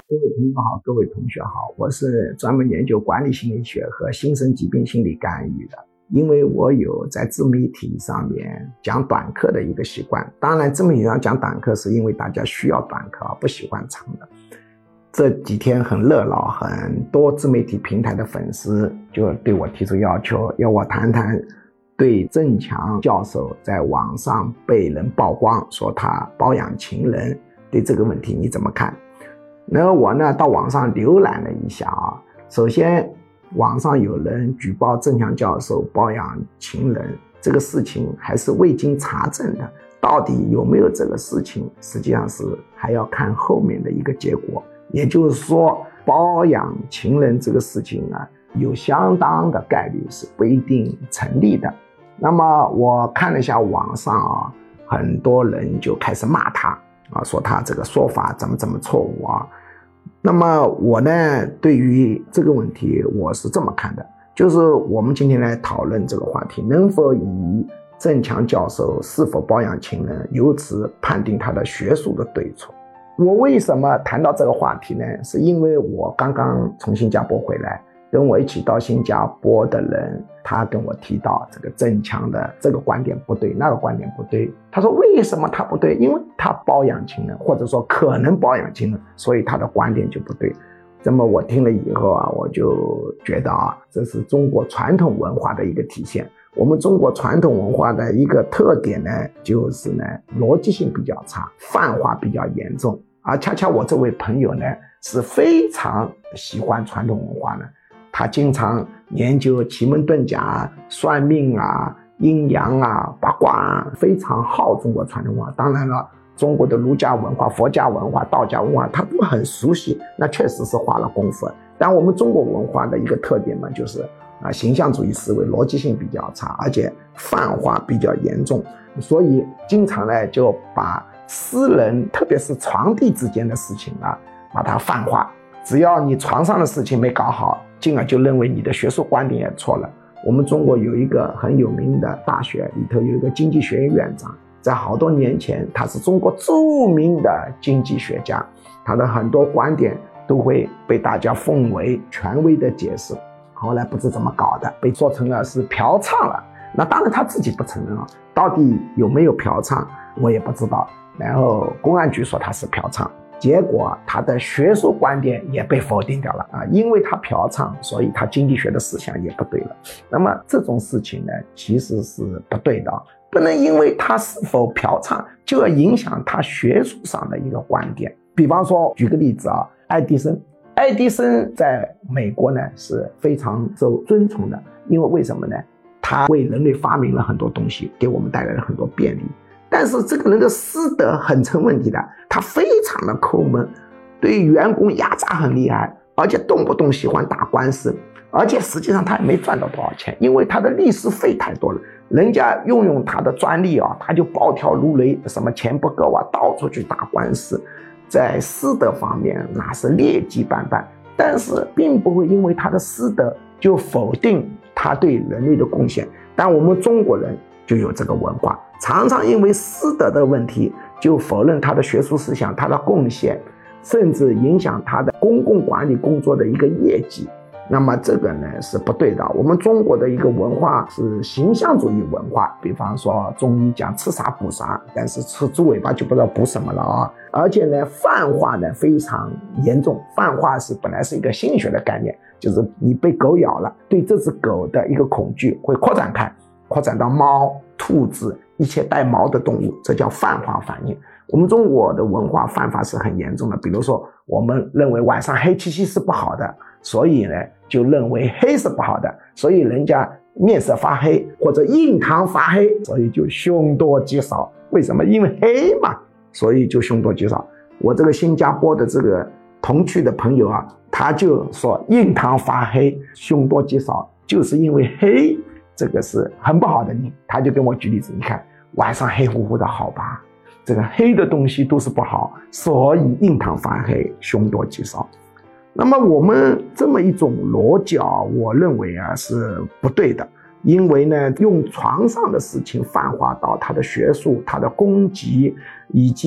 各位朋友好，各位同学好，我是专门研究管理心理学和新生疾病心理干预的。因为我有在自媒体上面讲短课的一个习惯，当然自媒体上讲短课是因为大家需要短课，不喜欢长的。这几天很热闹，很多自媒体平台的粉丝就对我提出要求，要我谈谈对郑强教授在网上被人曝光说他包养情人，对这个问题你怎么看？然后我呢到网上浏览了一下啊，首先网上有人举报郑强教授包养情人，这个事情还是未经查证的，到底有没有这个事情，实际上是还要看后面的一个结果。也就是说，包养情人这个事情啊，有相当的概率是不一定成立的。那么我看了一下网上啊，很多人就开始骂他啊，说他这个说法怎么错误啊。那么我呢，对于这个问题我是这么看的，就是我们今天来讨论这个话题，能否以郑强教授是否包养情人，由此判定他的学术的对错。我为什么谈到这个话题呢？是因为我刚刚从新加坡回来，跟我一起到新加坡的人，他跟我提到这个郑强的这个观点不对，那个观点不对。他说为什么他不对？因为他包养情人，或者说可能包养情人，所以他的观点就不对。那么我听了以后啊，我就觉得啊，这是中国传统文化的一个体现。我们中国传统文化的一个特点呢，就是呢逻辑性比较差，泛化比较严重。而恰恰我这位朋友呢，是非常喜欢传统文化的，他经常研究奇门遁甲、算命啊、阴阳啊、八卦啊，非常好中国传统文化。当然了，中国的儒家文化、佛家文化、道家文化他都很熟悉，那确实是花了功夫。但我们中国文化的一个特点嘛，就是形象主义思维，逻辑性比较差，而且泛化比较严重，所以经常呢就把私人特别是床地之间的事情啊把它泛化，只要你床上的事情没搞好，进而就认为你的学术观点也错了。我们中国有一个很有名的大学里头有一个经济学院院长，在好多年前他是中国著名的经济学家，他的很多观点都会被大家奉为权威的解释，后来不知怎么搞的被说成了是嫖娼了。那当然他自己不承认啊，到底有没有嫖娼我也不知道。然后公安局说他是嫖娼，结果他的学术观点也被否定掉了啊，因为他嫖娼，所以他经济学的思想也不对了。那么这种事情呢，其实是不对的，不能因为他是否嫖娼就要影响他学术上的一个观点。比方说举个例子啊，爱迪生在美国呢是非常受尊崇的，因为为什么呢？他为人类发明了很多东西，给我们带来了很多便利。但是这个人的师德很成问题的，他非常的抠门，对员工压榨很厉害，而且动不动喜欢打官司，而且实际上他也没赚到多少钱，因为他的律师费太多了，人家用他的专利啊，他就暴跳如雷，什么钱不够啊，到处去打官司，在师德方面那是劣迹斑斑。但是并不会因为他的师德就否定他对人类的贡献。但我们中国人就有这个文化，常常因为师德的问题就否认他的学术思想、他的贡献，甚至影响他的公共管理工作的一个业绩。那么这个呢是不对的。我们中国的一个文化是形象主义文化，比方说中医讲吃啥补啥，但是吃猪尾巴就不知道补什么了啊！而且呢泛化呢非常严重，泛化是本来是一个心理学的概念，就是你被狗咬了，对这只狗的一个恐惧会扩展开，扩展到猫、兔子，一切带毛的动物，这叫泛化反应。我们中国的文化泛化是很严重的，比如说我们认为晚上黑漆漆是不好的，所以呢就认为黑是不好的，所以人家面色发黑或者印堂发黑，所以就凶多吉少。为什么？因为黑嘛，所以就凶多吉少。我这个新加坡的这个同去的朋友啊，他就说印堂发黑凶多吉少，就是因为黑这个是很不好的。他就跟我举例子，你看晚上黑乎乎的好吧，这个黑的东西都是不好，所以印堂发黑凶多吉少。那么我们这么一种逻辑啊，我认为啊是不对的。因为呢用床上的事情泛化到他的学术、他的功绩以及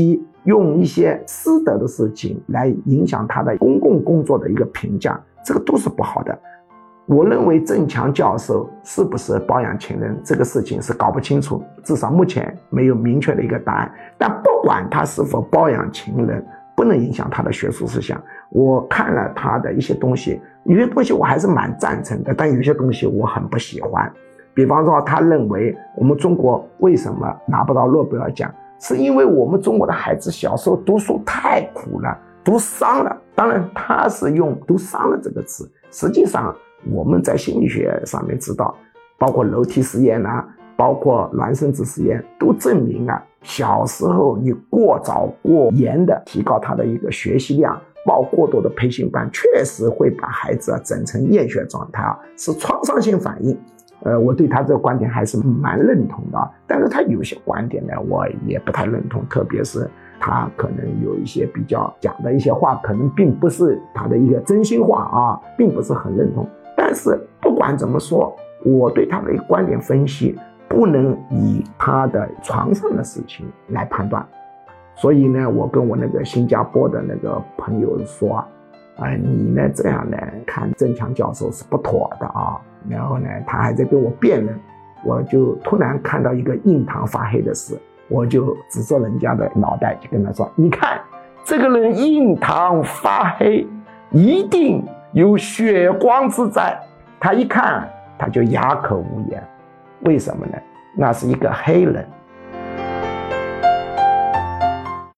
用一些私德的事情来影响他的公共工作的一个评价，这个都是不好的。我认为郑强教授是不是包养情人这个事情是搞不清楚，至少目前没有明确的一个答案。但不管他是否包养情人，不能影响他的学术思想。我看了他的一些东西，有些东西我还是蛮赞成的，但有些东西我很不喜欢。比方说他认为我们中国为什么拿不到诺贝尔奖，是因为我们中国的孩子小时候读书太苦了，读伤了。当然他是用读伤了这个词，实际上我们在心理学上面知道，包括楼梯实验啊，包括孪生子实验都证明啊，小时候你过早过严的提高他的一个学习量，报过多的培训班，确实会把孩子整成厌学状态啊，是创伤性反应。我对他这个观点还是蛮认同的，但是他有些观点呢，我也不太认同，特别是他可能有一些比较讲的一些话，可能并不是他的一个真心话啊，并不是很认同。但是不管怎么说，我对他的一个观点分析不能以他的床上的事情来判断。所以呢，我跟我那个新加坡的那个朋友说你呢这样呢看郑强教授是不妥的啊。然后呢他还在跟我辩论，我就突然看到一个印堂发黑的事，我就指着人家的脑袋就跟他说，你看这个人印堂发黑一定有血光之灾。他一看他就哑口无言，为什么呢？那是一个黑人，